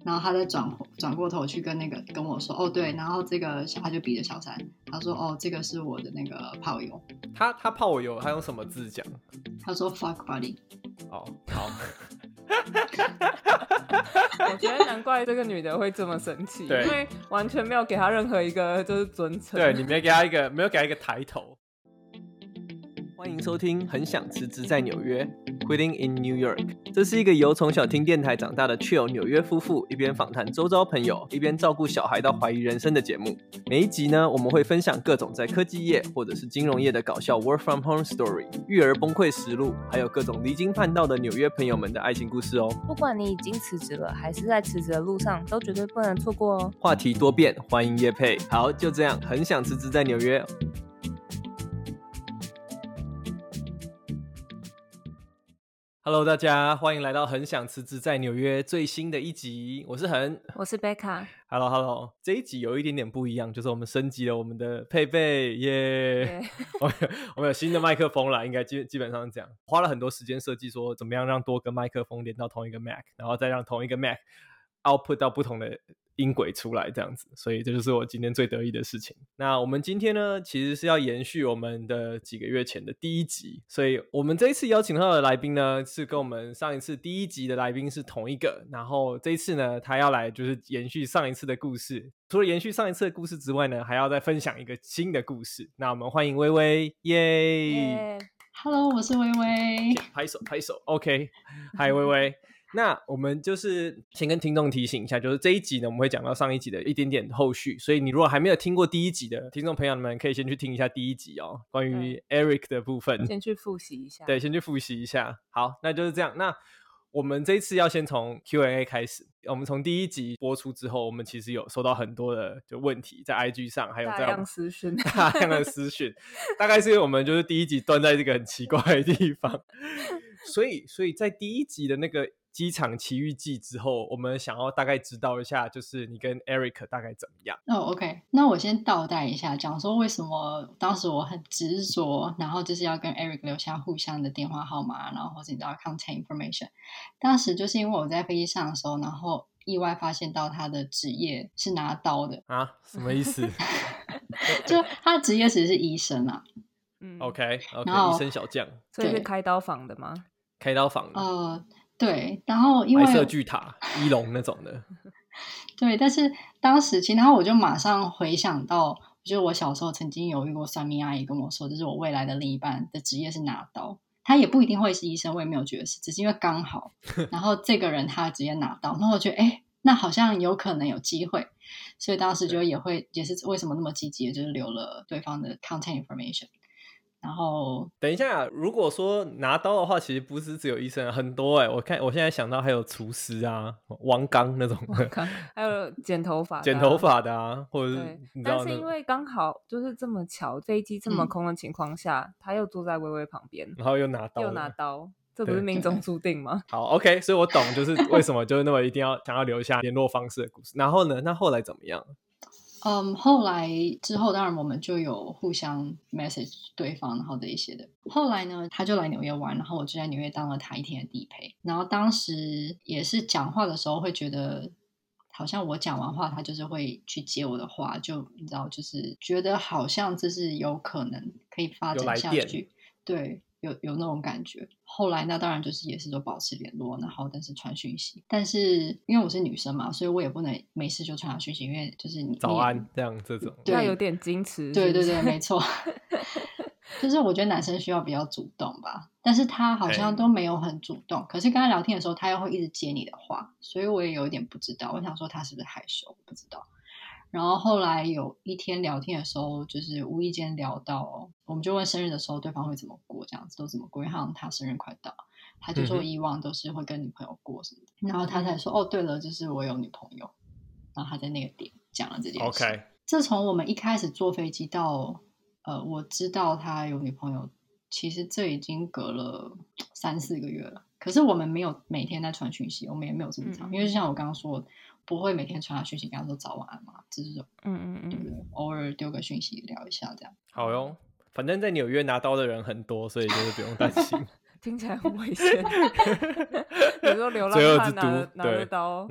然后他再转过头去跟我说，哦对，然后这个他就比着小三，他说哦这个是我的那个炮友。 他炮友，他用什么字讲？ 他说 fuck buddy。 哦，好。 我觉得难怪这个女的会这么生气，因为完全没有给她任何一个就是尊称。 对，你没有给她一个抬头。欢迎收听《很想辞职在纽约》（Quitting in New York）。这是一个由从小听电台长大的 chill 纽约夫妇一边访谈周遭朋友，一边照顾小孩到怀疑人生的节目。每一集呢，我们会分享各种在科技业或者是金融业的搞笑 work from home story、育儿崩溃实录，还有各种离经叛道的纽约朋友们的爱情故事哦。 不管你已经辞职了，还是在辞职的路上，都绝对不能错过哦。 话题多变，欢迎业配。好，就这样，很想辞职在纽约。Hello， 大家欢迎来到《很想辞职在纽约》最新的一集，我是恒， 我是贝卡。 Hello， 这一集有一点点不一样，就是我们升级了我们的配备耶，我们有新的麦克风啦，应该基本上是这样，花了很多时间设计说怎么样让多个麦克风连到同一个 Mac， 然后再让同一个 Mac output 到不同的音轨出来这样子，所以这就是我今天最得意的事情。那我们今天呢，其实是要延续我们的几个月前的第一集，所以我们这一次邀请到的来宾呢，是跟我们上一次第一集的来宾是同一个，然后这一次呢，他要来就是延续上一次的故事，除了延续上一次的故事之外呢，还要再分享一个新的故事。那我们欢迎薇薇，耶 ！Hello， 我是薇薇， 拍手拍手 ，OK， 嗨薇薇。那我们就是先跟听众提醒一下，就是这一集呢，我们会讲到上一集的一点点后续，所以你如果还没有听过第一集的听众朋友们，可以先去听一下第一集哦，关于 Eric 的部分， 先去复习一下。 对，先去复习一下。好，那就是这样。那我们这一次要先从 Q&A 开始。我们从第一集播出之后，我们其实有收到很多的就问题，在 IG 上，还有在大量私讯， 大量的私讯，大概是因为我们就是第一集断在这个很奇怪的地方，所以在第一集的那个机场奇遇记之后，我们想要大概知道一下，就是你跟 Eric 大概怎么样。 OK， 那我先倒带一下，讲说为什么当时我很执着，然后就是要跟 Eric 留下互相的电话号码，然后或者你知道 contact information。当时就是因为我在飞机上的时候，然后意外发现到他的职业是拿刀的啊？什么意思？ 就他的职业其实是医生啊。 OK， 医生小将， 所以是开刀房的吗？ 开刀房的。 对，然后因为白色巨塔、一龙那种的， 对，但是当时其实我就马上回想到，就是我小时候曾经有遇过算命阿姨跟我说，就是我未来的另一半的职业是拿刀，他也不一定会是医生，我也没有觉得是，只是因为刚好，然后这个人他直接拿刀，然后我觉得那好像有可能有机会，所以当时就也是为什么那么积极的，就是留了对方的 contact information。然后等一下，如果说拿刀的话，其实不是只有医生，很多我现在想到还有厨师啊、王刚那种的， 还有剪头发的啊，或者是你知道， 但是因为刚好就是这么巧，飞机这么空的情况下，他又坐在薇薇旁边， 然后又拿刀， 这不是命中注定吗？ 好 ，OK， 所以我懂，就是为什么就是那么一定要想要留下联络方式的故事。然后呢，那后来怎么样？ 后来之后当然我们就有互相 message 对方，然后这一些的。后来呢，他就来纽约玩，然后我就在纽约当了他一天的地陪。然后当时也是讲话的时候会觉得，好像我讲完话，他就是会去接我的话，就你知道，就是觉得好像这是有可能可以发展下去，对。有那种感觉。后来那当然就是也是都保持联络，然后但是传讯息，但是因为我是女生嘛，所以我也不能没事就传他讯息，因为就是你早安这样这种， 要有点矜持。 对对对，没错。就是我觉得男生需要比较主动吧，但是他好像都没有很主动，可是跟他聊天的时候他又会一直接你的话，所以我也有一点不知道，我想说他是不是害羞，不知道。然后后来有一天聊天的时候，就是无意间聊到，我们就问生日的时候对方会怎么过，这样子都怎么过，因为好像他生日快到，他就说以往都是会跟女朋友过什么的，然后他才说对了，就是我有女朋友，然后他在那个点讲了这件事。 OK， 自从我们一开始坐飞机到我知道他有女朋友，其实这已经隔了3-4个月了，可是我们没有每天在传讯息，我们也没有这么长，因为就像我刚刚说，不会每天传他讯息跟他说早晚安嘛，只是对，偶尔丢个讯息聊一下这样。 好哟，反正在纽约拿刀的人很多，所以就是不用担心。 听起来很危险。你说流浪汉拿着刀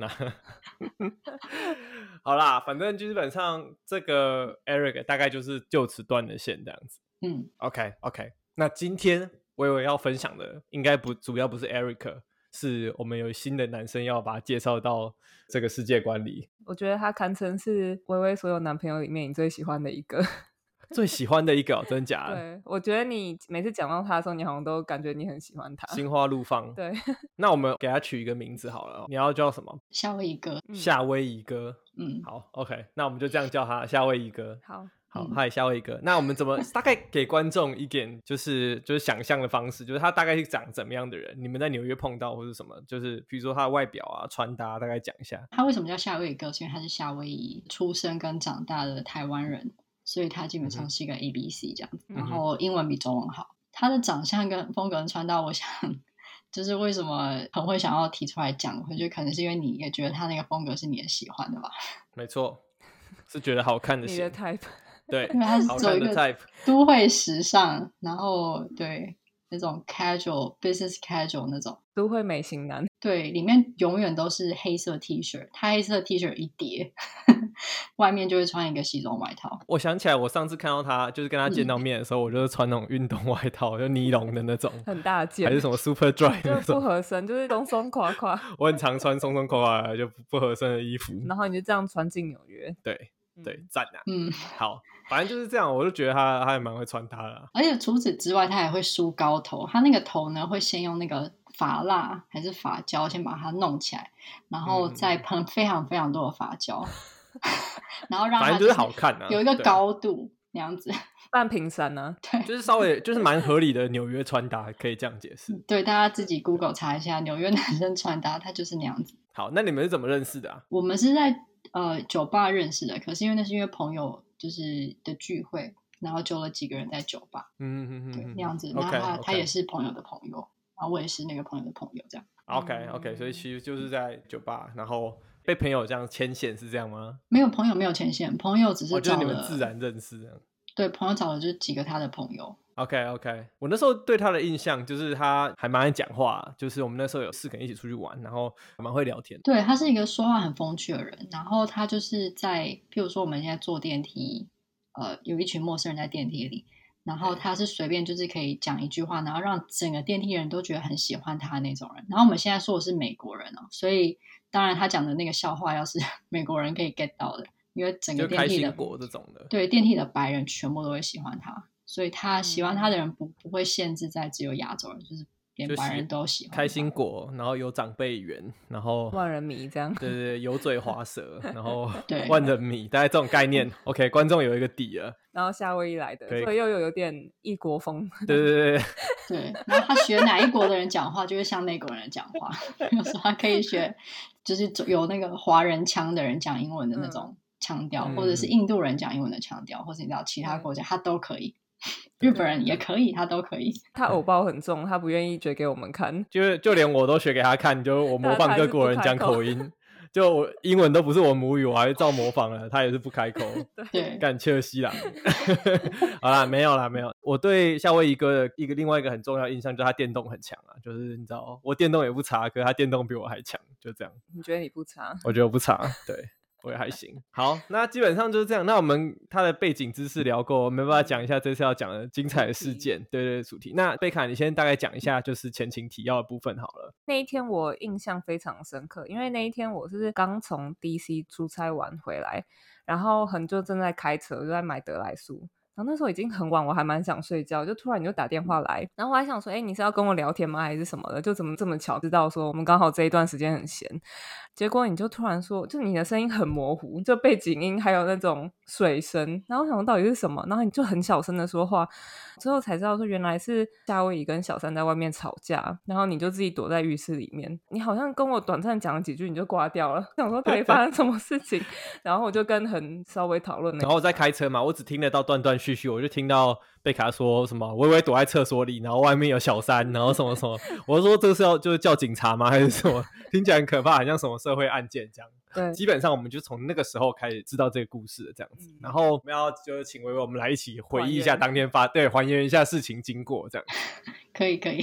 好啦，反正基本上这个 Eric 大概就是就此断了线这样子。OK， 那今天微微要分享的应该主要不是 Eric， 是我们有新的男生要把他介绍到这个世界观里。 我觉得他堪称是微微所有男朋友里面你最喜欢的一个。 最喜欢的一个真假的？ 对，我觉得你每次讲到他的时候，你好像都感觉你很喜欢他， 心花怒放。 对， 那我们给他取一个名字好了，你要叫什么？ 夏威夷哥。 夏威夷哥。好 OK， 那我们就这样叫他夏威夷哥。 好， 嗨，夏威夷哥。那我们怎么大概给观众一点就是想象的方式，就是他大概是长怎么样的人？你们在纽约碰到或是什么？就是比如说他的外表啊、穿搭，大概讲一下。 他为什么叫夏威夷哥？是因为他是夏威夷出生跟长大的台湾人。所以他基本上是一个 ABC 这样子，然后英文比中文好。他的长相跟风格跟穿搭，我想就是为什么很会想要提出来讲，我觉得可能是因为你也觉得他那个风格是你的喜欢的吧。 没错，是觉得好看的型， 你的 type。 对， 因为他是走一个 type 都会时尚，然后对那种 casual business casual 那种都会美型男。 对，里面永远都是黑色 T 恤，他黑色 T 恤一叠外面就会穿一个西装外套。 我想起来我上次看到他就是跟他见到面的时候，我就是穿那种运动外套，就尼龙的那种很大件， 还是什么 super dry 那种， 就不合身，就是松松垮垮。 我很常穿松松垮垮就不合身的衣服， 然后你就这样穿进纽约。 对对，赞啊。好，反正就是这样，我就觉得他还蛮会穿搭的啊。 而且除此之外他还会梳高头，他那个头呢会先用那个发蜡还是发胶先把它弄起来，然后再喷非常非常多的发胶然后让它就是好看啊， 有一个高度那样子。 半屏山呢？ 对， 就是稍微就是蛮合理的纽约穿搭，可以这样解释。 对，大家自己 Google 查一下纽约男生穿搭，他就是那样子。 好，那你们是怎么认识的啊？ 我们是在酒吧认识的，可是因为那是因为朋友就是的聚会，然后揪了几个人在酒吧，对，那样子。然后他也是朋友的朋友，然后我也是那个朋友的朋友，这样。 OK， 所以其实就是在酒吧，然后被朋友这样牵线，是这样吗？ 没有，朋友没有牵线，朋友只是找了， 就是你们自然认识这样。 对，朋友找了就是几个他的朋友。 OK， 我那时候对他的印象就是他还蛮爱讲话，就是我们那时候有4个人一起出去玩，然后蛮会聊天。 对，他是一个说话很风趣的人，然后他就是在譬如说我们现在坐电梯，有一群陌生人在电梯里，然后他是随便就是可以讲一句话，然后让整个电梯人都觉得很喜欢他那种人。然后我们现在说的是美国人哦，所以当然他讲的那个笑话要是美国人可以 get 到的，因为整个电梯的就开心果这种的， 对，电梯的白人全部都会喜欢他，所以他喜欢他的人不会限制在只有亚洲人，就是连白人都喜欢他。 开心果，然后有长辈缘，然后万人迷这样。 对对对，油嘴滑舌，然后对万人迷，大概这种概念。OK， 观众有一个底了。 然后夏威夷来的，所以又有点异国风。 对对对对，然后他学哪一国的人讲话，就会像那国人讲话。有时候他可以学，就是有那个华人腔的人讲英文的那种腔调，或者是印度人讲英文的腔调，或者你知道其他国家他都可以。日本人也可以，他都可以。 他偶包很重，他不愿意学给我们看， 就连我都学给他看，就我模仿各国人讲口音。就我英文都不是我母语，我还是照模仿了，他也是不开口。 对， 干切尔西啦。好啦，没有。我对夏威夷哥的另外一个很重要的印象就是他电动很强啊，就是你知道，我电动也不差，可是他电动比我还强，就这样。 你觉得你不差？ 我觉得我不差，对。我也还行。好，那基本上就是这样。那我们他的背景知识聊够，没办法讲一下这次要讲的精彩的事件，对主题。那贝卡，你先大概讲一下就是前情提要的部分好了。 那一天我印象非常深刻，因为那一天我是刚从 DC 出差完回来，然后就正在开车，就在买得来速。然后那时候已经很晚，我还蛮想睡觉，就突然你就打电话来，然后我还想说你是要跟我聊天吗还是什么的，就怎么这么巧知道说我们刚好这一段时间很闲，结果你就突然说，就你的声音很模糊，就背景音还有那种水声，然后我想说到底是什么，然后你就很小声的说话，之后才知道说原来是夏威夷跟小三在外面吵架，然后你就自己躲在浴室里面，你好像跟我短暂讲了几句你就挂掉了，想说到底发生什么事情然后我就跟稍微讨论， 然后我在开车嘛，我只听得到断断续续，我就听到贝卡说什么微微躲在厕所里，然后外面有小三，然后什么什么我说这是就是叫警察吗还是什么，听起来很可怕，很像什么社会案件这样。 对， 基本上我们就从那个时候开始知道这个故事的这样子，然后我们要就是请微微我们来一起回忆一下当天还原一下事情经过这样。 可以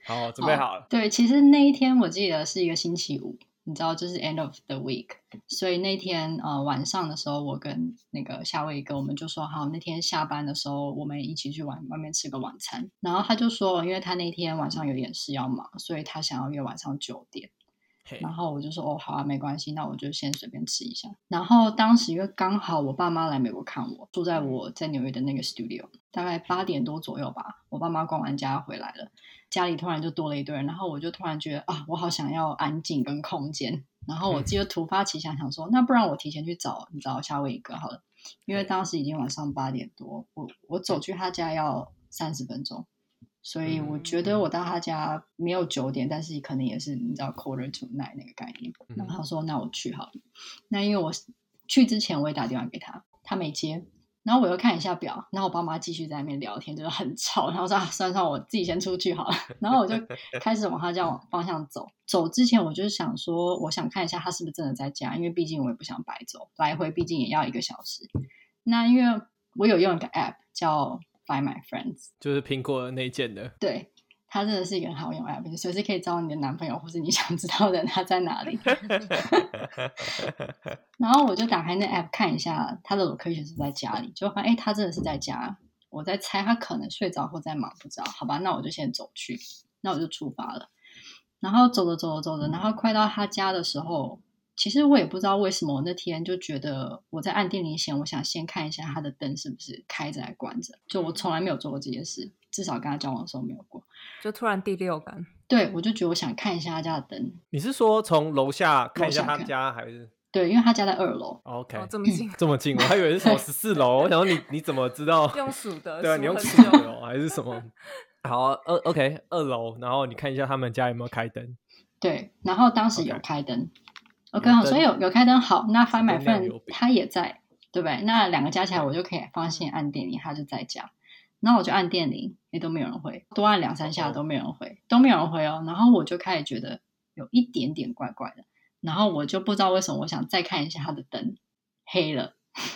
好，准备好了。 对，其实那一天我记得是一个星期五，你知道，就是 end of the week， 所以那天晚上的时候，我跟那个夏威夷哥，我们就说好，那天下班的时候我们一起去外面吃个晚餐。然后他就说，因为他那天晚上有点事要忙，所以他想要约晚上9点。然后我就说哦好啊，没关系，那我就先随便吃一下。然后当时因为刚好我爸妈来美国看我，住在我在纽约的那个 studio， 大概8点多左右吧，我爸妈逛完家回来了，家里突然就多了一堆人，然后我就突然觉得啊，我好想要安静跟空间。然后我记得突发奇想，想说那不然我提前去找你找夏威夷哥好了，因为当时已经晚上8点多，我走去他家要30分钟。所以我觉得我到他家没有9点，但是可能也是你知道 quarter to 9那个概念。然后他说那我去好了。那因为我去之前我也打电话给他，他没接。然后我又看一下表，然后我爸妈继续在那边聊天，就是很吵。然后说算了，我自己先出去好了。然后我就开始往他家方向走。走之前我就是想说，我想看一下他是不是真的在家，因为毕竟我也不想白走，来回毕竟也要1个小时。那因为我有用一个 app 叫Find My Friends， 就是苹果内建的。 对，它真的是一个很好用 app， 你随时可以找你的男朋友或是你想知道的人他在哪里。然后我就打开那 app 看一下他的 location 是不是在家里，就发现他真的是在家。我在猜他可能睡着或在忙，不知道。好吧，那我就先走去，那我就出发了。然后走着，然后快到他家的时候，其实我也不知道为什么，我那天就觉得我在按电铃前，我想先看一下他的灯是不是开着还关着。就我从来没有做过这件事，至少跟他交往的时候没有过。 就突然第六感。 对，我就觉得我想看一下他家的灯。 你是说从楼下看一下他家还是？ 对，因为他家在2楼。 OK， 这么近， 这么近，我还以为是什么14楼。我想说你怎么知道？ 用数的？ 对啊，你用数的哦，还是什么？好，OK， 2楼，然后你看一下他们家有没有开灯。 对，然后当时有开灯。OK， 好，所以有开灯。好，那 Find My Friend 他也在，对不对？那2个加起来，我就可以放心按电铃，他就在家。然后我就按电铃，也都没有人回，多按2、3下都没有人回，都没有人回哦。然后我就开始觉得有一点点怪怪的，然后我就不知道为什么，我想再看一下他的灯，黑了。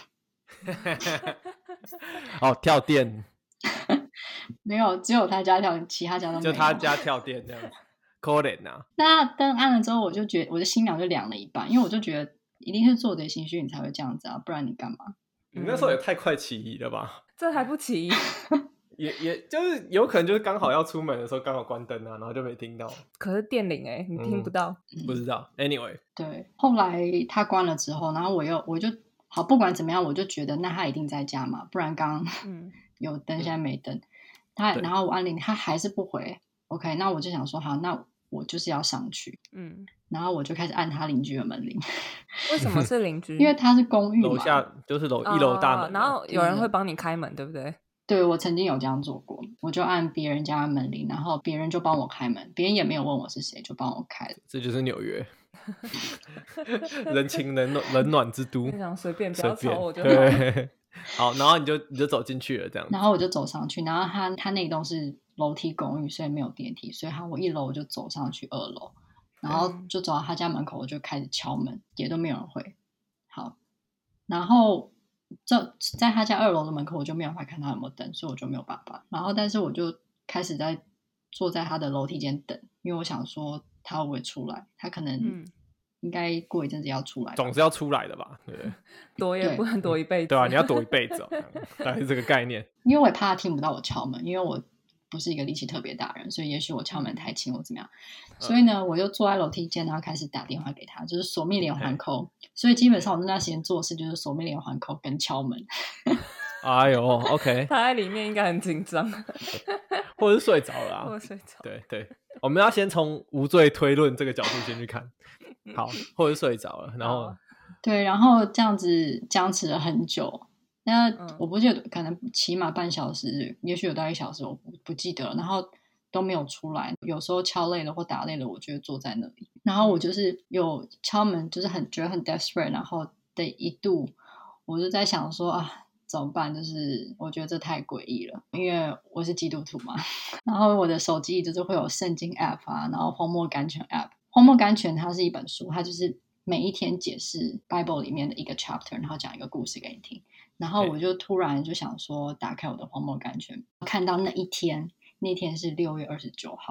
哦，跳电。 没有，只有他家跳，其他家都没有。 就他家跳电这样子。可怜啊！ 那灯暗了之后，我就觉得我的心凉就凉了一半，因为我就觉得一定是做贼心虚，你才会这样子啊，不然你干嘛？ 你那时候也太快起疑了吧？ 这还不起疑？ 也就是有可能就是刚好要出门的时候刚好关灯啊，然后就没听到。 可是电铃你听不到。 不知道。Anyway， 对，后来他关了之后，然后我就好，不管怎么样，我就觉得那他一定在家嘛，不然刚有灯，现在没灯。然后我按铃，他还是不回。OK， 那我就想说，好，那我就是要上去。然后我就开始按他邻居的门铃。 为什么是邻居？ 因为他是公寓嘛， 楼下就是1楼大门， 然后有人会帮你开门，对不对？ 对，我曾经有这样做过，我就按别人家的门铃，然后别人就帮我开门，别人也没有问我是谁，就帮我开了。 这就是纽约。人情冷暖之都。 想随便不要吵我就好。 对。好，然后你就走进去了这样子。 然后我就走上去，然后他那一栋是楼梯公寓，所以没有电梯，所以我1楼我就走上去2楼，然后就走到他家门口，我就开始敲门，也都没有人回。好，然后在他家2楼的门口，我就没有办法看他有没有灯，所以我就没有办法。然后但是我就开始坐在他的楼梯间等，因为我想说他会不会出来，他可能应该过一阵子要出来， 总是要出来的吧？对不对？ 躲也不能躲一辈子。 对啊，你要躲一辈子大概是这个概念。 因为我也怕他听不到我敲门，因为我不是一个力气特别大的人，所以也许我敲门太轻或怎么样。所以呢，我就坐在楼梯间，然后开始打电话给他，就是锁密连环扣。所以基本上我那段时间做事就是锁密连环扣跟敲门。 哎呦 ，OK， 他在里面应该很紧张， 或者是睡着了啊。 或者睡着。 对，我们要先从无罪推论这个角度先去看。好，或者睡着了，然后对，然后这样子僵持了很久。那我不记得，可能起码半小时，也许有到1小时，我不记得了。然后都没有出来，有时候敲累了或打累了，我就会坐在那里。然后我就是有敲门，就是觉得很 desperate， 然后的一度我就在想说啊，怎么办？就是我觉得这太诡异了，因为我是基督徒嘛。然后我的手机就是会有圣经 app 啊，然后荒漠甘泉 app。荒漠甘泉它是一本书，它就是每一天解释 Bible 里面的一个 chapter， 然后讲一个故事给你听。然后我就突然就想说，打开我的荒漠甘泉，看到那天是6月29号。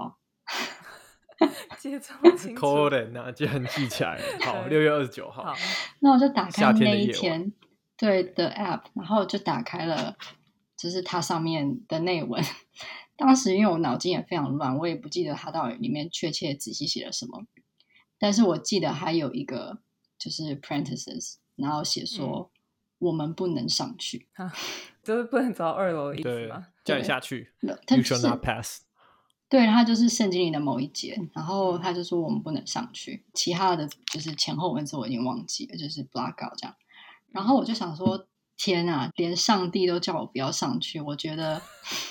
记得这么清楚。 可能啊，居然记起来了。好，6月29号。 好， 那我就打开夏天的那一夜晚天对的 app，然后就打开了，就是它上面的内文。当时因为我脑筋也非常乱，我也不记得它到底里面确切仔细写了什么，但是我记得还有一个就是 parentheses， 然后写说、我们不能上去， 就是不能走到2楼的意思对吗？， 叫你下去它 ，You 就 shall 是 not pass。 对，它就是圣经里的某一节，然后他就说我们不能上去，其他的就是前后文字我已经忘记了，就是 block out 这样。然后我就想说，天啊，连上帝都叫我不要上去，我觉得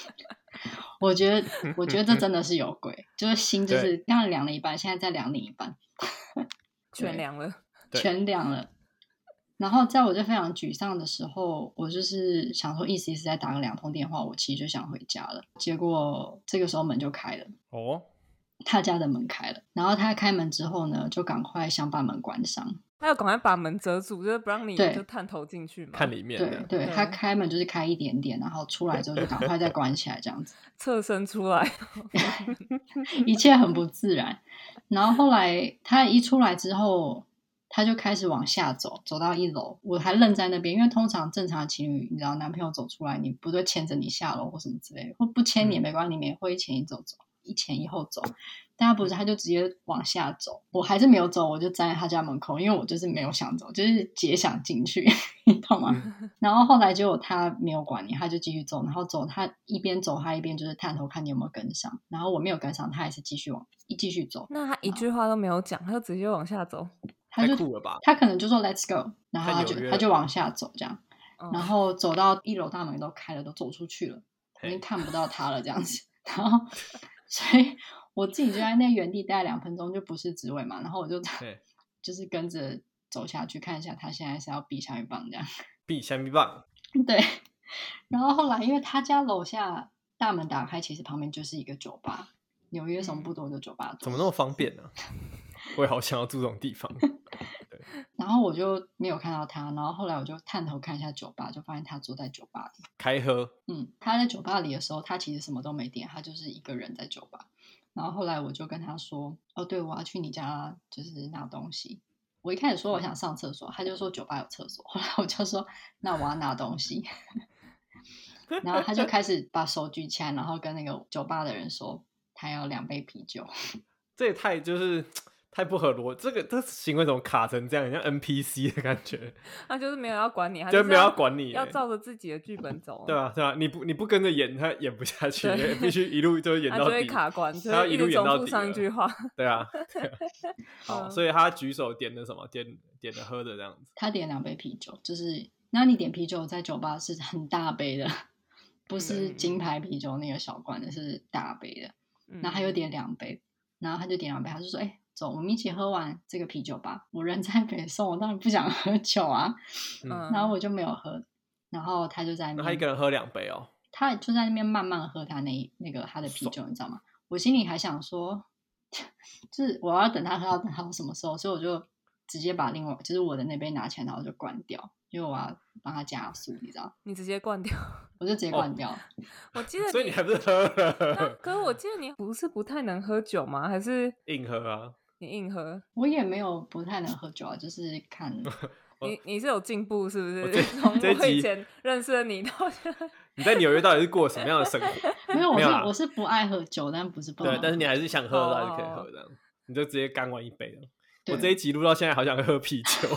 这真的是有鬼，就是心就是刚才量了一半，现在再量另一半， 全凉了。 对全量了。然后在我就非常沮丧的时候，我就是想说意思意思再打个2通电话，我其实就想回家了。结果这个时候门就开了， 哦， 他家的门开了，然后他开门之后呢，就赶快想把门关上。 他要赶快把门遮住，就是不让你对就探头进去嘛。 看里面的， 对，他开门就是开一点点，然后出来之后就赶快再关起来，这样子， 侧身出来。 一切很不自然。然后后来他一出来之后，他就开始往下走，走到1楼，我还愣在那边，因为通常正常的情侣，你知道男朋友走出来，你不会牵着你下楼或什么之类的，或不牵你也没关系，你们也会一前一走，一前一后走。但他不是，他就直接往下走，我还是没有走，我就站在他家门口，因为我就是没有想走，就是姐想进去，你懂吗？然后后来结果他没有管你，他就继续走，然后走，他一边走，他一边就是探头看你有没有跟上，然后我没有跟上，他还是继续走。 那他一句话都没有讲，他就直接往下走。 太酷了吧？ 他可能就说 Let's go， 然后他就往下走这样，然后走到1楼大门都开了，都走出去了，已经看不到他了这样子。然后所以我自己就在那原地待2分钟，就不是职位嘛，然后我就就是跟着走下去看一下他现在是要避下一棒这样， 避下一棒。 对，然后后来因为他家楼下大门打开，其实旁边就是一个酒吧，纽约什么不多的酒吧， 怎么那么方便呢？我也好想要住这种地方。对， 然后我就没有看到他，然后后来我就探头看一下酒吧，就发现他坐在酒吧里开喝。 他在酒吧里的时候，他其实什么都没点，他就是一个人在酒吧。然后后来我就跟他说，哦对，我要去你家就是拿东西。我一开始说我想上厕所，他就说酒吧有厕所，后来我就说那我要拿东西。然后他就开始把手举起来，然后跟那个酒吧的人说他要2杯啤酒。 这也太不合逻辑，这行为怎么卡成这样，像 NPC 的感觉。 他就是没有要管你， 就没有要管你， 要照着自己的剧本走。 对啊，你不跟着演，他演不下去，必须一路就演到底， 他就会卡关， 他要一路演到底。 上一句话。 对啊。好，所以他举手点的什么？点的喝的这样子。 他点2杯啤酒，就是那你点啤酒在酒吧是很大杯的，不是金牌啤酒那个小罐的，是大杯的。然后他又点2杯，然后他就点2杯，他就说：“走，我们一起喝完这个啤酒吧。”我人在北宋，我当然不想喝酒啊。然后我就没有喝，然后他就在那边， 他一个人喝2杯哦。 他就在那边慢慢喝他那个他的啤酒，你知道吗？我心里还想说，就是我要等他喝到什么时候，所以我就直接把就是我的那杯拿起来，然后就关掉，因为我要帮他加速，你知道？ 你直接关掉？ 我就直接关掉。 我记得所以你还不是喝了？ 可是我记得你不是不太能喝酒吗？还是硬喝啊？ 你硬喝？ 我也没有不太能喝酒啊，就是看你是有进步是不是？从我以前认识的你到现在， 你在纽约到底是过什么样的生活？ 没有，我是不爱喝酒，但不是不能喝。 对，但是你还是想喝的话就可以喝这样，你就直接干完1杯了。我这一集录到现在，好想喝啤酒。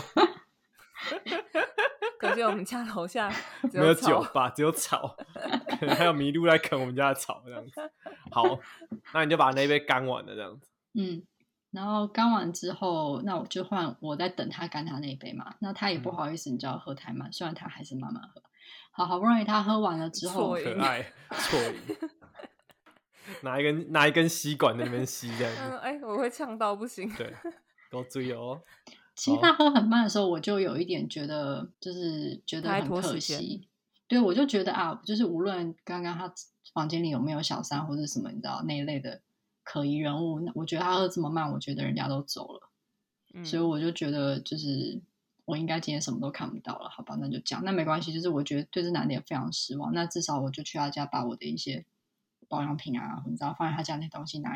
可惜我们家楼下没有酒吧，只有草，可能还有麋鹿来啃我们家的草这样子。好，那你就把那杯干完了这样子。 然后干完之后，那我就换我在等他干他那一杯嘛。那他也不好意思，你知道喝太慢，虽然他还是慢慢喝。好不容易他喝完了之后， 可爱错饮，拿一根吸管在那边吸这样子。 我会呛到不行。 对，多注意哦。 其实他喝很慢的时候，我就有一点觉得，就是觉得很可惜。对，我就觉得啊，就是无论刚刚他房间里有没有小三或者什么，你知道那一类的可疑人物，我觉得他喝这么慢，我觉得人家都走了，所以我就觉得就是我应该今天什么都看不到了，好吧，那就这样，那没关系，就是我觉得对这男的也非常失望，那至少我就去他家把我的一些保养品啊，你知道放在他家那东西拿一拿，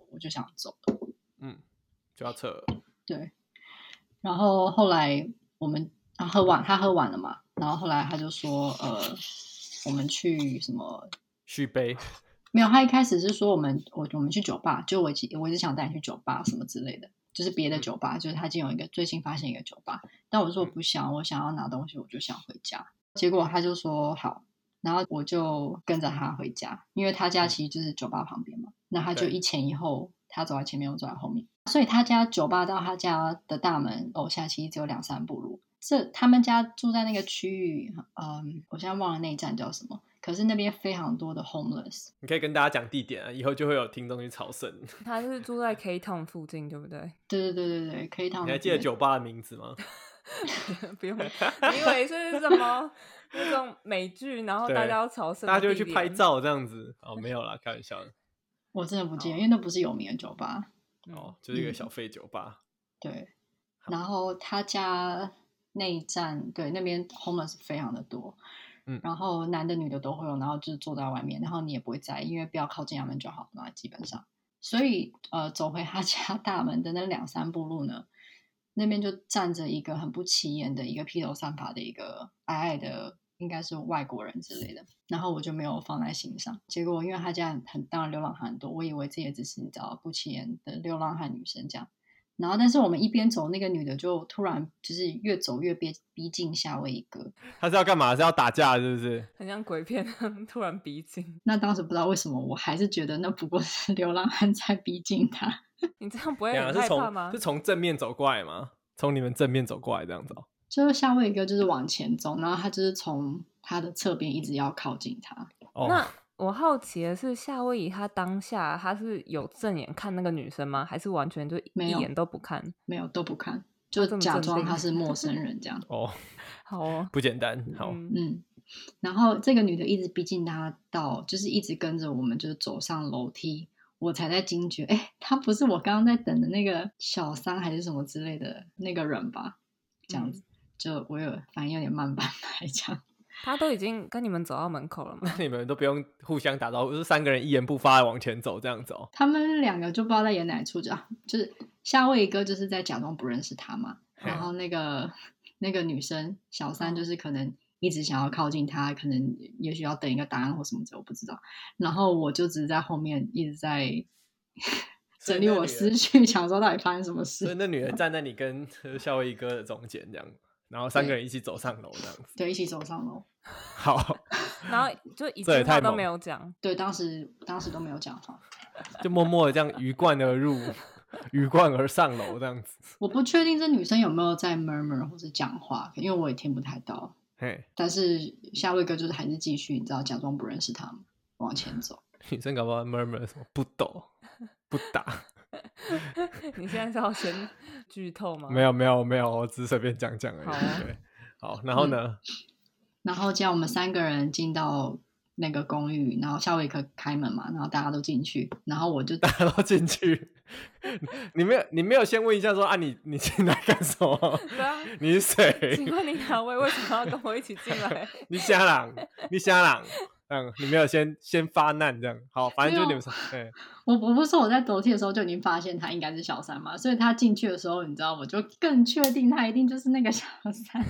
我就想走了， 就要撤了。 对。然后后来他喝完了嘛，然后后来他就说我们去什么续杯。 没有，他一开始是说我们去酒吧，就我一直想带你去酒吧什么之类的，就是别的酒吧，就是他最近发现一个酒吧，但我说我不想，我想要拿东西，我就想回家。结果他就说好，然后我就跟着他回家，因为他家其实就是酒吧旁边嘛，那他就一前一后，他走在前面，我走在后面，所以他家酒吧到他家的大门楼下其实只有2-3步路。他们家住在那个区域，我现在忘了那一站叫什么。可是那边非常多的 homeless， 你可以跟大家讲地点啊，以后就会有听众去朝圣。 他是住在 K Town 附近，对不对？ 对 K Town。 你还记得酒吧的名字吗？ 不用，你以为是什么那种美剧，然后大家要朝圣， 大家就会去拍照这样子。没有啦，开玩笑的。 我真的不记得，因为那不是有名的酒吧。 就是一个小废酒吧。 对，然后他家那一站，对，那边 homeless 非常的多。然后男的女的都会有，然后就是坐在外面，然后你也不会在意，因为不要靠近他们就好了嘛，基本上。所以走回他家大门的那2-3步路呢，那边就站着一个很不起眼的一个披头散发的一个矮矮的，应该是外国人之类的，然后我就没有放在心上。结果因为他家当然流浪汉很多，我以为这也只是你知道不起眼的流浪汉女生这样。然后但是我们一边走，那个女的就突然就是越走越逼近夏威夷哥。 他是要干嘛？是要打架是不是？ 很像鬼片突然逼近。 那当时不知道为什么我还是觉得那不过是流浪汉在逼近他。 你这样不会很害怕吗？ 是从正面走过来吗？从你们正面走过来这样子就是夏威夷哥就是往前走，然后他就是从他的侧边一直要靠近他。 那我好奇的是，夏威夷他当下他是有正眼看那个女生吗？还是完全就一眼都不看？ 没有，都不看，就假装他是陌生人这样。 好哦， 不简单。好， 然后这个女的一直逼近他到，就是一直跟着我们，就是走上楼梯，我才在惊觉，她不是我刚刚在等的那个小三还是什么之类的那个人吧？这样子，就我反应有点慢半拍这样。 他都已经跟你们走到门口了吗？ 那你们都不用互相打招呼，就是3个人一言不发往前走这样子他们2个就不知道在演哪出，就是夏威夷哥就是在假装不认识他嘛，然后那个女生小三就是可能一直想要靠近他，可能也许要等一个答案或什么的，我不知道。然后我就只是在后面一直在整理我思绪，想说到底发生什么事。 所以那女的站在你跟夏威夷哥的中间这样。然后3个人一起走上楼这样子。 对，一起走上楼。 好， 然后就一句话都没有讲。 对，当时都没有讲话， 就默默的这样鱼贯而入，鱼贯而上楼这样子。 我不确定这女生有没有在 murmur 或者讲话，因为我也听不太到。但是夏威哥就是还是继续，你知道，假装不认识他们，往前走。 女生搞不好 murmur 什么不抖不打。 你现在是要先剧透吗？ 没有，我只是随便讲讲而已。对，好，然后呢？ 然后这样我们3个人进到那个公寓，然后夏威克开门嘛，然后大家都进去，然后我就大家都进去。你没有先问一下说你进来干什么？ 对啊， 你是谁？ 请问你哪位？为什么要跟我一起进来？ 你瞎狼。你没有先发难这样。好，反正就你们我不是说我在楼梯的时候就已经发现他应该是小三嘛，所以他进去的时候，你知道，我就更确定他一定就是那个小三。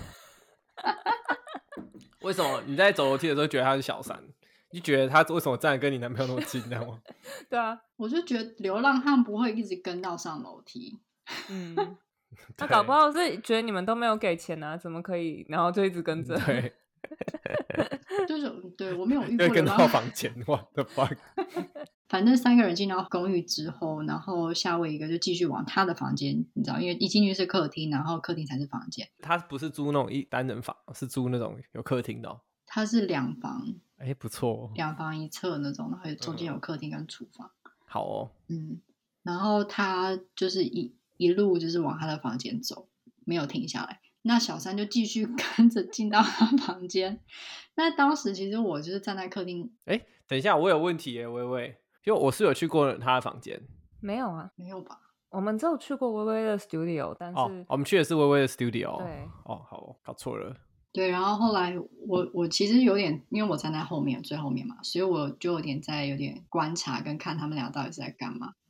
为什么你在走楼梯的时候觉得他是小三？你觉得他为什么站得跟你男朋友那么近，这样吗？ 对啊， 我就觉得流浪汉不会一直跟到上楼梯。 那搞不好是觉得你们都没有给钱啊，怎么可以？然后就一直跟着。 对， 就是对我没有遇过跟到房间，what the fuck。 反正3个人进到公寓之后，然后夏威夷哥就继续往他的房间，你知道，因为一进去是客厅，然后客厅才是房间。 他不是租那种单人房，是租那种有客厅的。 他是2房， 不错 ，2房1厕那种，然后中间有客厅跟厨房。 好哦， 然后他就是一路就是往他的房间走，没有停下来。那小三就继续跟着进到他房间。那当时其实我就是站在客厅。 等一下，我有问题耶，微微，因为我是有去过他的房间。 没有啊， 没有吧？ 我们只有去过微微的 studio， 但是我们去的是微微的 studio。 对， 好，搞错了。 对，然后后来我其实有点，因为我站在后面最后面嘛，所以我就有点观察跟看他们俩到底是在干嘛。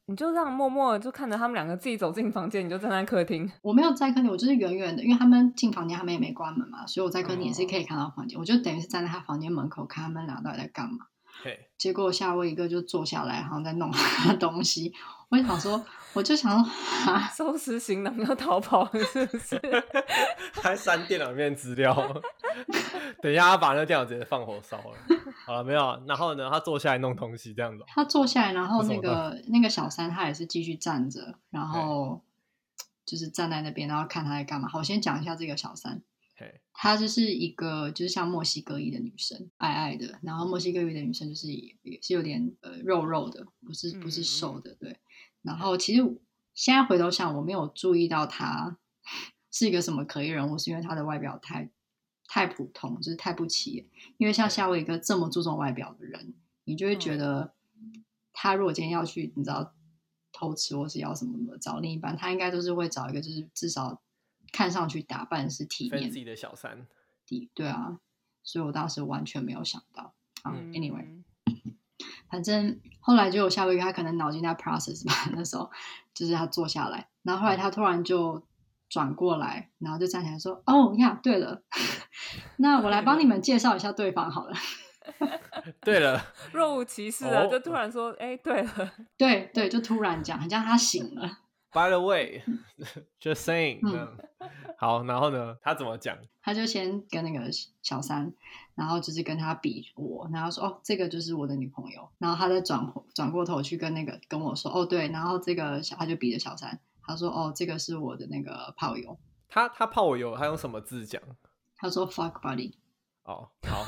你就这样默默的就看着他们两个自己走进房间，你就站在客厅。 我没有在客厅，我就是远远的，因为他们进房间他们也没关门嘛，所以我在客厅也是可以看到房间，我就等于是站在他房间门口看他们俩到底在干嘛。结果夏威夷哥就坐下来好像在弄他的东西，我就想说收拾行囊要逃跑了是不是？ 还删电脑里面资料等一下他把那电脑直接放火烧了。好了没有，然后呢他坐下来弄东西这样子。 他坐下来，然后那个小三他也是继续站着，然后就是站在那边，然后看他在干嘛。好，我先讲一下这个小三，她就是一个就是像墨西哥裔的女生，矮矮的，然后墨西哥裔的女生就是也是有点肉肉的，不是瘦的，对。然后其实现在回头想，我没有注意到她是一个什么可疑人物，是因为她的外表太普通，就是太不起眼。因为像夏威夷哥这么注重外表的人，你就会觉得他如果今天要去，你知道偷吃或是要什么的找另一半，他应该都是会找一个就是至少看上去打扮是体面自己的小三。 对啊，所以我当时完全没有想到。Anyway， 反正后来就有夏威夷他可能脑筋在 process 吧，那时候就是他坐下来，然后后来他突然就转过来，然后就站起来说：“哦呀，对了，那我来帮你们介绍一下对方好了。” 对了， 若无其事啊，就突然说：“对了。” 对，就突然讲，很像他醒了。 By the way, just saying，好，然后呢，他怎么讲？ 他就先跟那个小三，然后就是跟他比我，然后说：“哦，这个就是我的女朋友。”然后他再转过头去跟我说：“哦，对。”然后他就比着小三，他说：“哦，这个是我的那个炮友。” 他炮友，他用什么字讲？ 他说 “fuck buddy”。 哦，好。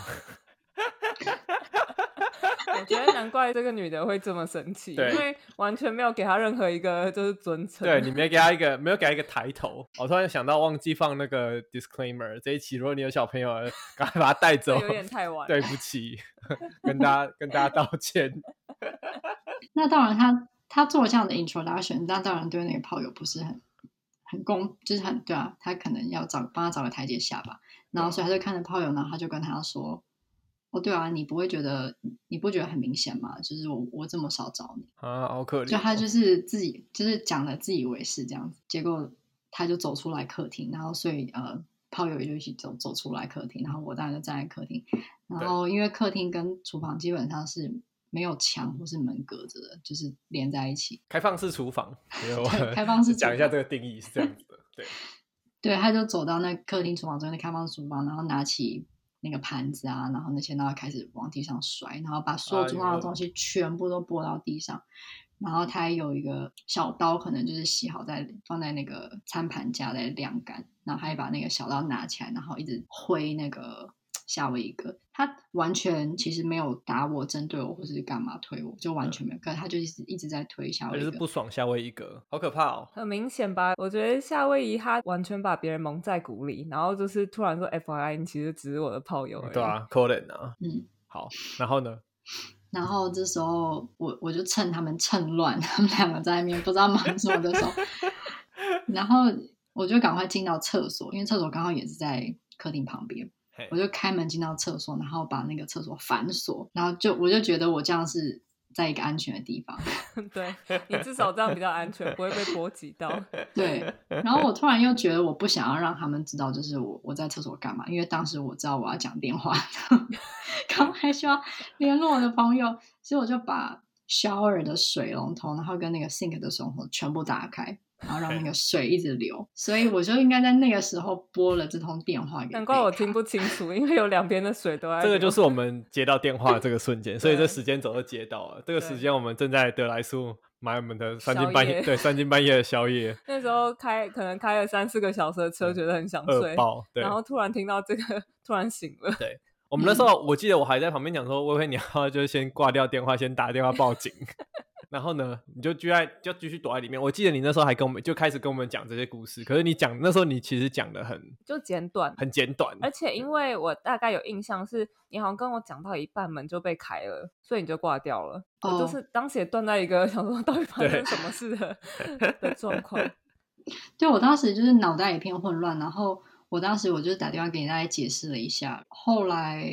我觉得难怪这个女的会这么生气，因为完全没有给她任何一个就是尊称。 对，你没有给她一个抬头。我突然想到忘记放那个 disclaimer， 这一期如果你有小朋友，赶快把他带走。 有点太晚了， 对不起，跟大家道歉。 那当然他做这样的 introduction， 那当然对那个炮友不是很就是很对啊，他可能要帮他找个台阶下吧。然后所以他就看着炮友，然后他就跟他说：“哦，对啊，你不觉得很明显吗？就是我这么少找你啊，好可怜。” 就他就是自己就是讲的自以为是这样子，结果他就走出来客厅，然后所以炮友也就一起走出来客厅，然后我当然就站在客厅，然后因为客厅跟厨房基本上是没有墙或是门隔着的，就是连在一起， 开放式厨房。 对，开放式厨房讲一下这个定义是这样子的。 对，他就走到那客厅厨房中间的开放式厨房，然后拿起那个盘子啊，然后那些然后开始往地上摔，然后把所有桌上的东西全部都拨到地上，然后他还有一个小刀，可能就是洗好放在那个餐盘架在晾干，然后还把那个小刀拿起来，然后一直挥那个夏威夷哥，他完全其实没有打我、针对我或是干嘛推我，就完全没有，可是他就一直在推夏威夷哥， 就是不爽夏威夷哥，好可怕哦！ 很明显吧？我觉得夏威夷他完全把别人蒙在鼓里，然后就是突然说 FYI 你其实只是我的炮友而已。 对啊，可怜啊。好，然后呢？ 然后这时候我就趁他们趁乱，他们两个在那边不知道忙什么的时候，然后我就赶快进到厕所，因为厕所刚好也是在客厅旁边，我就开门进到厕所，然后把那个厕所反锁，然后我就觉得我这样是在一个安全的地方。 对，你至少这样比较安全，不会被波及到。 对，然后我突然又觉得我不想要让他们知道就是我在厕所干嘛，因为当时我知道我要讲电话刚还需要联络我的朋友，所以我就把 shower 的水龙头然后跟那个 sink 的水龙头全部打开，然后让那个水一直流，所以我就应该在那个时候拨了这通电话给。 难怪我听不清楚，因为有两边的水都在流。 这个就是我们接到电话的这个瞬间，所以这时间轴就接到了。这个时间我们正在德莱素买我们的三更半夜的宵夜。 那时候可能开了3-4个小时的车，觉得很想睡， 爆，对， 然后突然听到这个，突然醒了。 对，我们那时候我记得我还在旁边讲说，薇薇你要就是先挂掉电话，先打电话报警。然后呢，你就继续躲在里面。我记得你那时候还就开始跟我们讲这些故事，可是那时候你其实讲的很简短，而且因为我大概有印象是你好像跟我讲到一半门就被开了，所以你就挂掉了。我就是当时也断在一个想说到底发生什么事的状况。 对，我当时就是脑袋一片混乱，然后我当时就是打电话给大家解释了一下，后来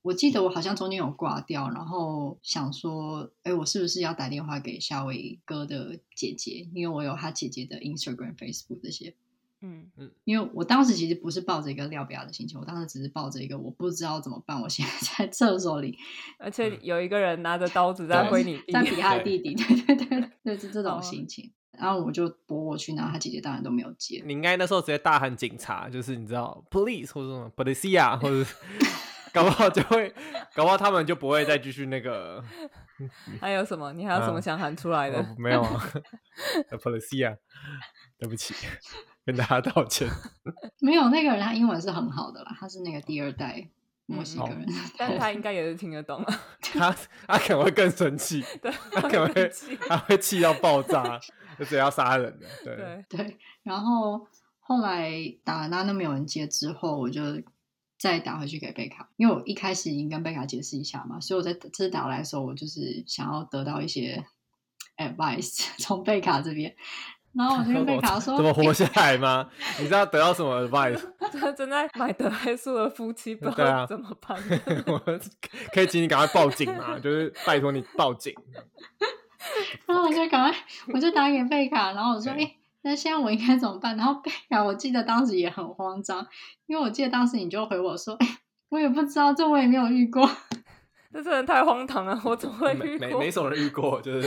我记得我好像中间有挂掉，然后想说，我是不是要打电话给夏威哥的姐姐，因为我有他姐姐的 Instagram、Facebook 这些。因为我当时其实不是抱着一个要不要的心情，我当时只是抱着一个我不知道怎么办，我现在在厕所里， 而且有一个人拿着刀子在挥你弟， 在比他的弟弟，对，是这种心情。然后我就拨过去，然后他姐姐当然都没有接。 你应该那时候直接大喊警察，就是你知道 police 或者什么 policia 或者搞不好他们就不会再继续那个。 还有什么？你还有什么想喊出来的？ 没有啊policia 对不起，跟大家道歉。 没有，那个人他英文是很好的啦，他是那个第2代墨西哥人， 但他应该也是听得懂。 他可能会更生气，他可能会气到爆炸，就直接要杀人的。 对。然后后来打完那没有人接之后，我就再打回去给贝卡，因为我一开始已经跟贝卡解释一下嘛，所以我在这次打来的时候，我就是想要得到一些 advice 从贝卡这边。然后我就跟贝卡说：“ 怎么活下来吗？你知道得到什么 advice？ 正在买德莱素的夫妻不知道怎么办。 可以请你赶快报警吗？就是拜托你报警。” 然后我就打给贝卡，然后我说：“那现在我应该怎么办？”然后贝卡，我记得当时也很慌张，因为我记得当时你就回我说：“我也不知道，这我也没有遇过。” 这真的太荒唐了，我怎么会遇过？ 没什么人遇过，就是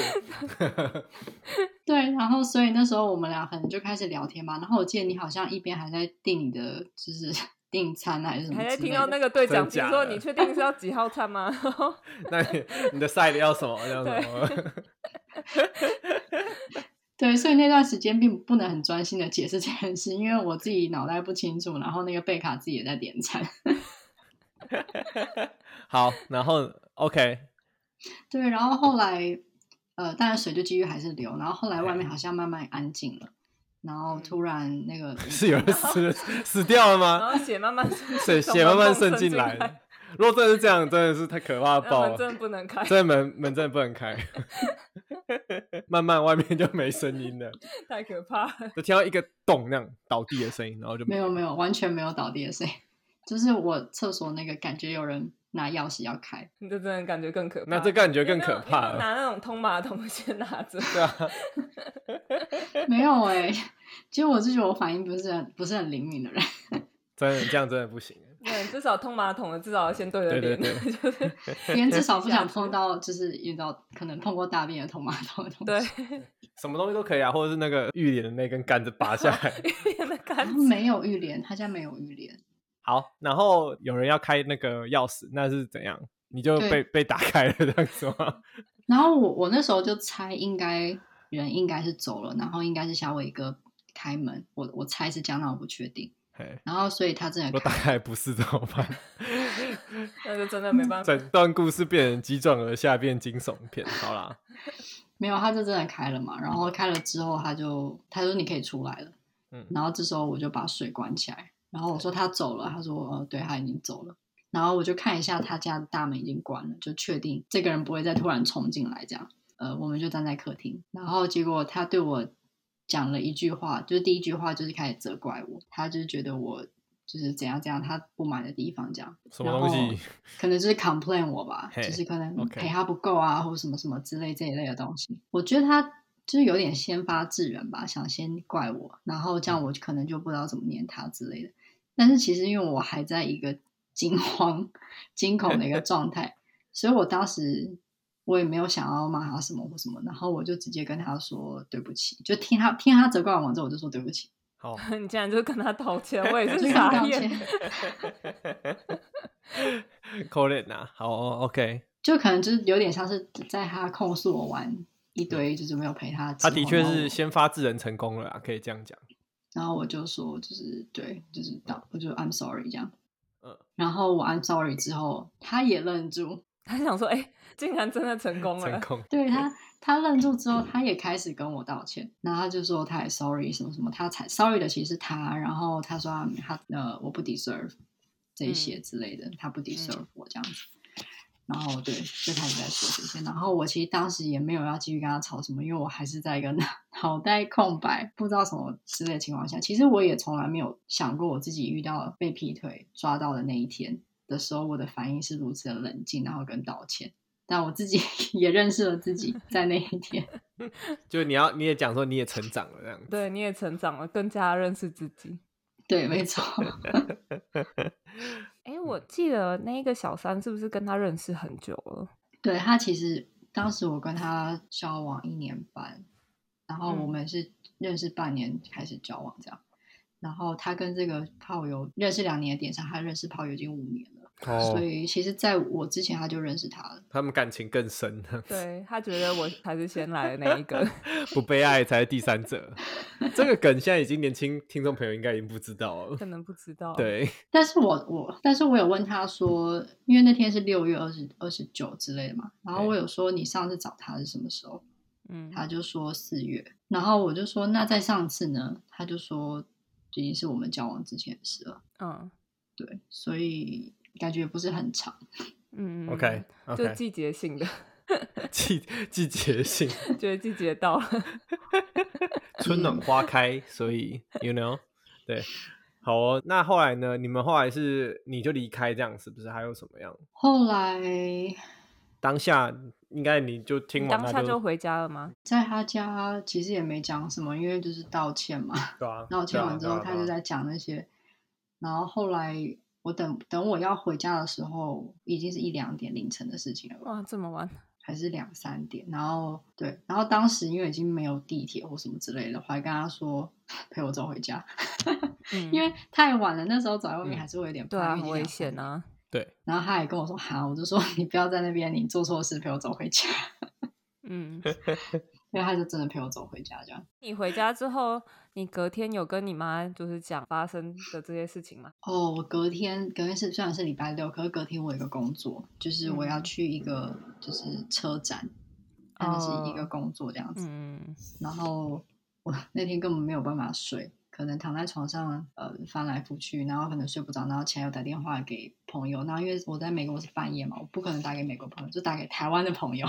对，然后所以那时候我们俩可能就开始聊天嘛。然后我记得你好像一边还在订你的就是订餐还是什么， 还在听到那个对讲机说：“你确定是要几号餐吗？” 那你的 side 要什么？要什么？ 对，所以那段时间并不能很专心的解释这件事，因为我自己脑袋不清楚，然后那个贝卡自己也在点餐。 好，然后 OK， 对，然后后来当然水就继续还是流，然后后来外面好像慢慢安静了，然后突然那个是有人死掉了吗？ 然后血慢慢渗进来。如果真的是这样，真的是太可怕爆了， 门真的不能开， 门真的不能开。慢慢外面就没声音了， 太可怕了， 就听到一个咚那样倒地的声音，然后就没有完全没有倒地的声音，就是我厕所那个感觉有人拿钥匙要开， 你这真的感觉更可怕。 那这感觉更可怕了。 拿那种通马桶先拿着， 对啊， 没有其实我是觉得我反应不是很灵敏的人， 真的这样真的不行。 对，至少通马桶的至少要先对着脸， 对， 别人至少不想碰到，就是遇到可能碰过大便的通马桶的东西。 对， 什么东西都可以啊，或者是那个浴帘的那根杆子拔下来。 浴帘的杆子没有浴帘，他家没有浴帘。 好，然后有人要开那个钥匙，那是怎样？你就被打开了这样子吗？ 然后我那时候就猜人应该是走了，然后应该是夏威哥开门，我猜是这样，但我不确定。然后所以他真的我大概不是怎么办？ 那就真的没办法。 整段故事变成急转而下，变惊悚片。好啦， 没有，他就真的开了嘛。然后开了之后，他说你可以出来了。然后这时候我就把水关起来。然后我说他走了，他说对，他已经走了。然后我就看一下他家的大门已经关了，就确定这个人不会再突然冲进来这样。我们就站在客厅，然后结果他对我讲了一句话，就是第一句话就是开始责怪我，他就是觉得我就是怎样他不满的地方这样。 什么东西？ 可能就是 complain 我吧，就是可能陪他不够啊，或者什么什么之类这一类的东西。我觉得他就是有点先发制人吧，想先怪我，然后这样我可能就不知道怎么念他之类的。但是其实因为我还在一个惊慌惊恐的一个状态，所以我当时我也没有想要骂他什么或什么，然后我就直接跟他说对不起，就听他责怪完之后，我就说对不起。 好， 你竟然就跟他道歉，我也是傻眼。 可怜啊，好 ，OK， 就可能就是有点像是在他控诉我完一堆，就是没有陪他。 他的确是先发制人成功了啊，可以这样讲。 然后我就说，就是对，就是我就 I'm sorry 这样。然后我 I'm sorry 之后，他也愣住， 他想说，竟然真的成功了。 成功。 对他愣住之后，他也开始跟我道歉，然后他就说他也 sorry 什么什么，他才 sorry 的其实是他，然后他说我不 deserve 这一些之类的，他不 deserve 我这样子。然后对，就开始在说这些。然后我其实当时也没有要继续跟他吵什么，因为我还是在一个脑袋空白，不知道什么之类的情况下。其实我也从来没有想过我自己遇到被劈腿抓到的那一天， 的时候，我的反应是如此的冷静，然后跟道歉。但我自己也认识了自己，在那一天， 就你也讲说你也成长了这样子。 对，你也成长了，更加认识自己。 对，没错。 我记得那个小三是不是跟他认识很久了？ 对，他其实当时我跟他交往1年半，然后我们是认识半年开始交往这样。然后他跟这个炮友认识2年的点上，他认识炮友已经5年了。所以其实在我之前他就认识他了， 他们感情更深。 对，他觉得我才是先来的那一个。 不被爱才是第三者。这个梗现在已经年轻听众朋友应该已经不知道了， 可能不知道。 对， 但是我有问他说，因为那天是6月29之类的嘛，然后我有说你上次找他是什么时候？他就说4月，然后我就说那再上次呢？他就说已经是我们交往之前的事了。对，所以感觉不是很长。 OK， 就季节性的。 季节性， 觉得季节到了。 春暖花开，所以 you know， 对，好哦。那后来呢？你们后来是你就离开这样，是不是？还有什么样？ 后来当下应该你就听完， 当下就回家了吗？ 在他家其实也没讲什么，因为就是道歉嘛。 对啊。 道歉完之后，他就在讲那些，然后后来我等我要回家的时候，已经是1、2点凌晨的事情了。 哇，这么晚？ 还是2、3点？然后对，然后当时因为已经没有地铁或什么之类的，我还跟他说陪我走回家。因为太晚了，那时候走在外面还是会有点怕， 对啊，很危险啊。 对， 然后他还跟我说好，我就说你不要在那边，你做错事，陪我走回家。因为他就真的陪我走回家这样。 你回家之后，你隔天有跟你妈就是讲发生的这些事情吗？ 我隔天是虽然是礼拜6，可是隔天我有一个工作，就是我要去一个就是车展，那是一个工作这样子。然后我那天根本没有办法睡，可能躺在床上翻来覆去，然后可能睡不着，然后起来又打电话给朋友，然后因为我在美国是半夜嘛，我不可能打给美国朋友，就打给台湾的朋友。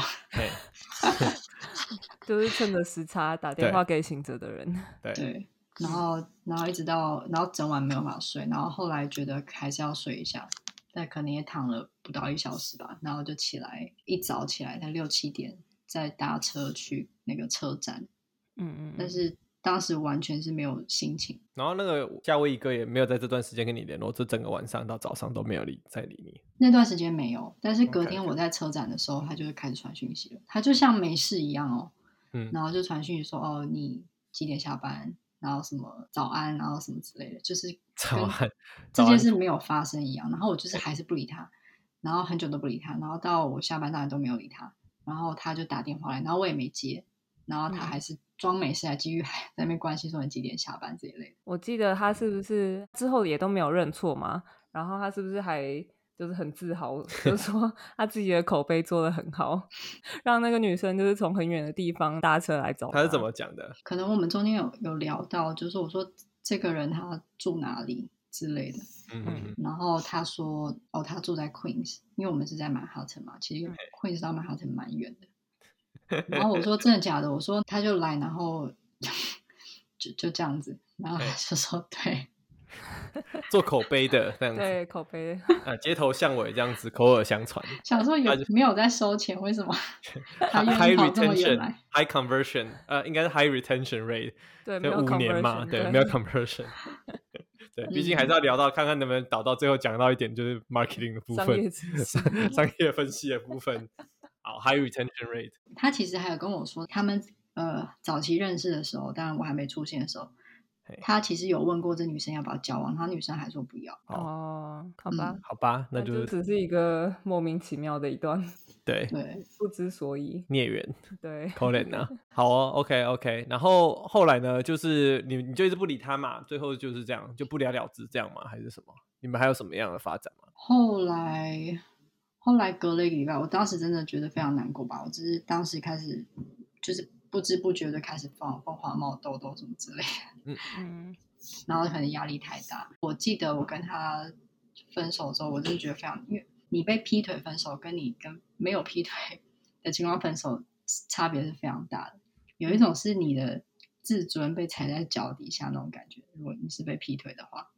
就是趁着时差打电话给醒着的人。 对，然后一直到整晚没有办法睡，然后后来觉得还是要睡一下，但可能也躺了不到1小时吧，然后就起来，一早起来才6、7点再搭车去那个车站。但是当时完全是没有心情。 然后那个夏威夷哥也没有在这段时间跟你联络，这整个晚上到早上都没有再理你。 那段时间没有，但是隔天我在车站的时候，他就会开始传讯息了。他就像没事一样哦，然后就传讯息说你几点下班，然后什么早安，然后什么之类的，就是早安这件事没有发生一样。然后我就是还是不理他，然后很久都不理他，然后到我下班当然都没有理他，然后他就打电话来，然后我也没接，然后他还是装没事，还继续在那边关心说你几点下班这一类的。 我记得他是不是之后也都没有认错嘛？然后他是不是还就是很自豪，就是说他自己的口碑做得很好，让那个女生就是从很远的地方搭车来找他。 他是怎么讲的？ 可能我们中间有聊到，就是我说这个人他住哪里之类的。然后他说他住在 Queens， 因为我们是在曼哈顿嘛，其实 Queens 到曼哈顿蛮远的。然后我说真的假的？我说他就来，然后就这样子，然后他就说对。 做口碑的这样子， 对，口碑街头巷尾这样子，口耳相传。 想说没有在收钱，为什么他愿意跑这么远来 ？High conversion， 应该是 high retention rate。 对，没有 5年嘛，对，没有 conversion。对，毕竟还是要聊到看看能不能导到最后讲到一点，就是 marketing 的部分，商业分析的部分。好 ，high retention rate。 他其实还有跟我说，他们早期认识的时候，当然我还没出现的时候。他其实有问过这女生要不要交往，他女生还说不要。 好吧， 好吧，那就只是一个莫名其妙的一段， 对， 不知所以， 孽缘， 对， 可怜啊。好哦 ，OK， 然后后来呢，就是你就一直不理他嘛，最后就是这样，就不了了之这样吗？还是什么？你们还有什么样的发展吗？ 后来隔了1个礼拜，我当时真的觉得非常难过吧，我只是当时开始就是不知不觉的开始疯狂冒痘痘什么之类的。然后可能压力太大。我记得我跟他分手之后，我真的觉得非常，因为你被劈腿分手跟你跟没有劈腿的情况分手差别是非常大的。有一种是你的自尊被踩在脚底下那种感觉，如果你是被劈腿的话，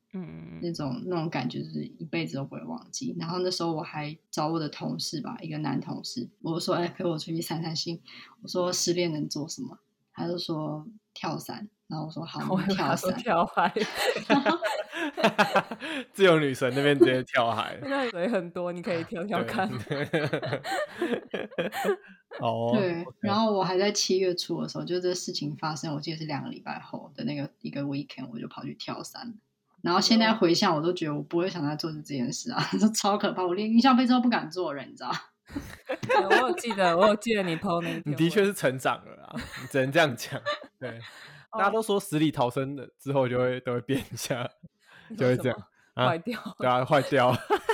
那种感觉就是一辈子都不会忘记。然后那时候我还找我的同事吧，一个男同事，我说陪我出去散散心，我说失恋能做什么，他就说跳伞，然后我说好，我们跳伞。 跳海自由女神那边直接跳海， 那水很多，你可以跳跳看。 对，然后我还在7月初的时候，就这事情发生，我记得是2个礼拜后的那个一个 weekend， 我就跑去跳伞。然后现在回想，我都觉得我不会想再做这件事啊，超可怕！我连云霄飞车都不敢做人，你知道？ 我有记得你 PO 那一篇， 你的确是成长了啦，你只能这样讲。对，大家都说死里逃生的之后都会变一下，就会这样坏掉。 对啊，坏掉。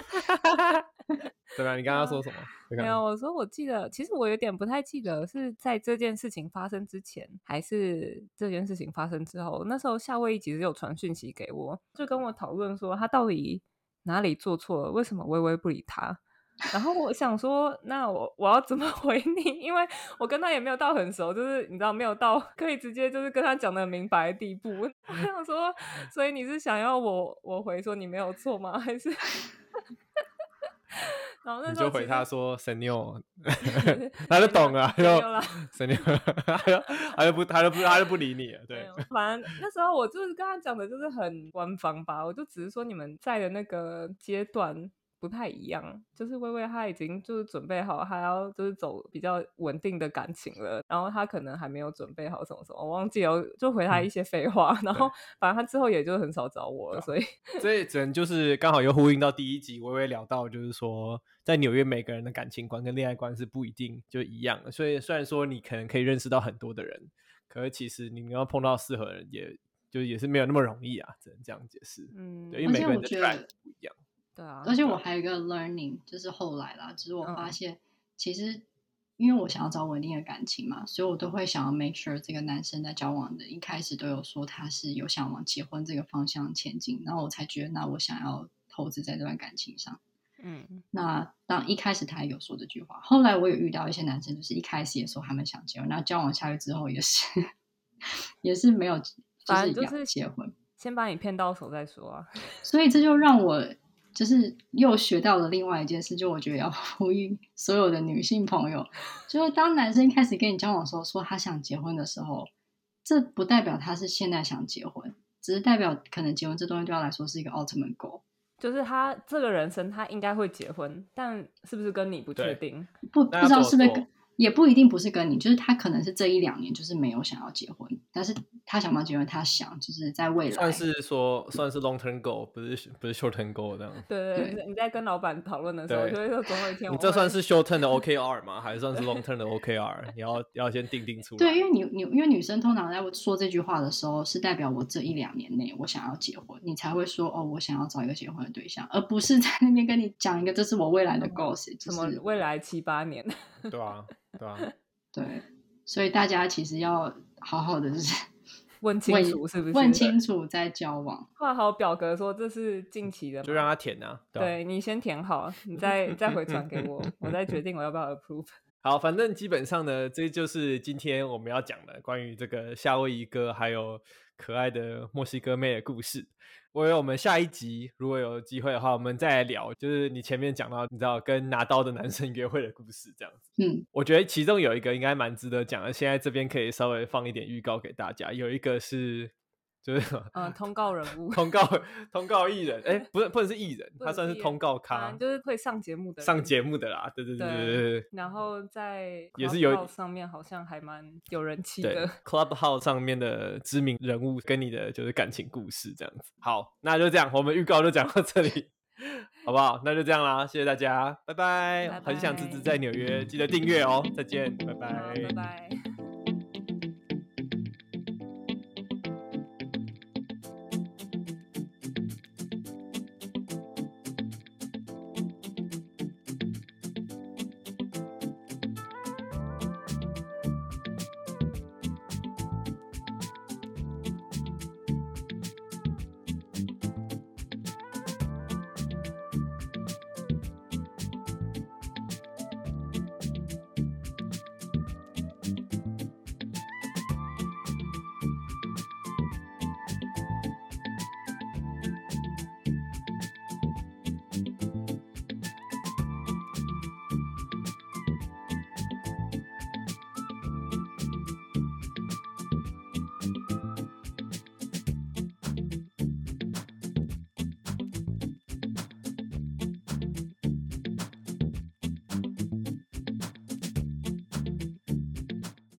对啊，你刚刚说什么？ 没有，我说我记得，其实我有点不太记得是在这件事情发生之前，还是这件事情发生之后。那时候夏威夷其实有传讯息给我，就跟我讨论说他到底哪里做错了，为什么微微不理他。然后我想说，那我要怎么回你？因为我跟他也没有到很熟，就是你知道没有到可以直接就是跟他讲的明白的地步。我想说，所以你是想要我回说你没有错吗？还是？然后那你就回他说 Senor， 他就懂了， Senor， 他就不理你了。对， 反正那时候我就是跟他讲的就是很官方吧，我就只是说你们在的那个阶段不太一样，就是微微他已经就是准备好他要就是走比较稳定的感情了，然后他可能还没有准备好什么什么，我忘记了，就回他一些废话。然后反正他之后也就很少找我了，所以只能就是刚好又呼应到第一集微微聊到，就是说在纽约每个人的感情观跟恋爱观是不一定就一样的，所以虽然说你可能可以认识到很多的人，可是其实你要碰到适合的人也是没有那么容易啊，只能这样解释。对，因为每个人的 track 不一样。 对啊， 而且我还有一个 learning， 就是后来啦，就是我发现其实因为我想要找稳定的感情嘛，所以我都会想要 make sure 这个男生在交往的一开始都有说他是有想往结婚这个方向前进，然后我才觉得那我想要投资在这段感情上。那当一开始他也有说这句话，后来我有遇到一些男生，就是一开始也说他们想结婚，那交往下去之后也是没有，就是结婚， 先把你骗到手再说啊。 所以这就让我就是又学到了另外一件事，就我觉得要呼吁所有的女性朋友，就是当男生开始跟你交往的时候说他想结婚的时候，这不代表他是现在想结婚，只是代表可能结婚这东西对他来说是一个 ultimate goal， 就是他这个人生他应该会结婚，但是不是跟你不确定， 不知道是不是也不一定不是跟你，就是他可能是这1-2年就是没有想要结婚，但是他想不想结婚，他想就是在未来算是 long term goal， 不是 short term goal 这样。 对，你在跟老板讨论的时候，就会说总有一天你这算是 short term 的 OKR 吗？还是算是 long term 的 OKR？ 你要先定出来。 对，因为女生通常在说这句话的时候，是代表我这1-2年内我想要结婚，你才会说我想要找一个结婚的对象，而不是在那边跟你讲一个这是我未来的 goals， 什么未来7-8年。 对啊。 对，所以大家其实要好好的就是问清楚，是不是问清楚再交往， 画好表格说这是近期的， 就让他填啊。 对，你先填好，你再回传给我，我再决定我要不要 approve。 好，反正基本上呢，这就是今天我们要讲的关于这个夏威夷哥还有可爱的墨西哥妹的故事。我们下一集如果有机会的话，我们再来聊，就是你前面讲到你知道跟拿刀的男生约会的故事这样子。我觉得其中有一个应该蛮值得讲的，现在这边可以稍微放一点预告给大家。有一个是就是通告人物， 通告艺人，不能是艺人，他算是通告咖， 就是会上节目的人， 上节目的啦，对。 然后在也是有上面好像还蛮有人气的， Clubhouse 上面的知名人物跟你的就是感情故事这样子。好，那就这样，我们预告就讲到这里，好不好？那就这样啦，谢谢大家，拜拜。很想芝芝在纽约，记得订阅哦，再见，拜拜。 拜拜。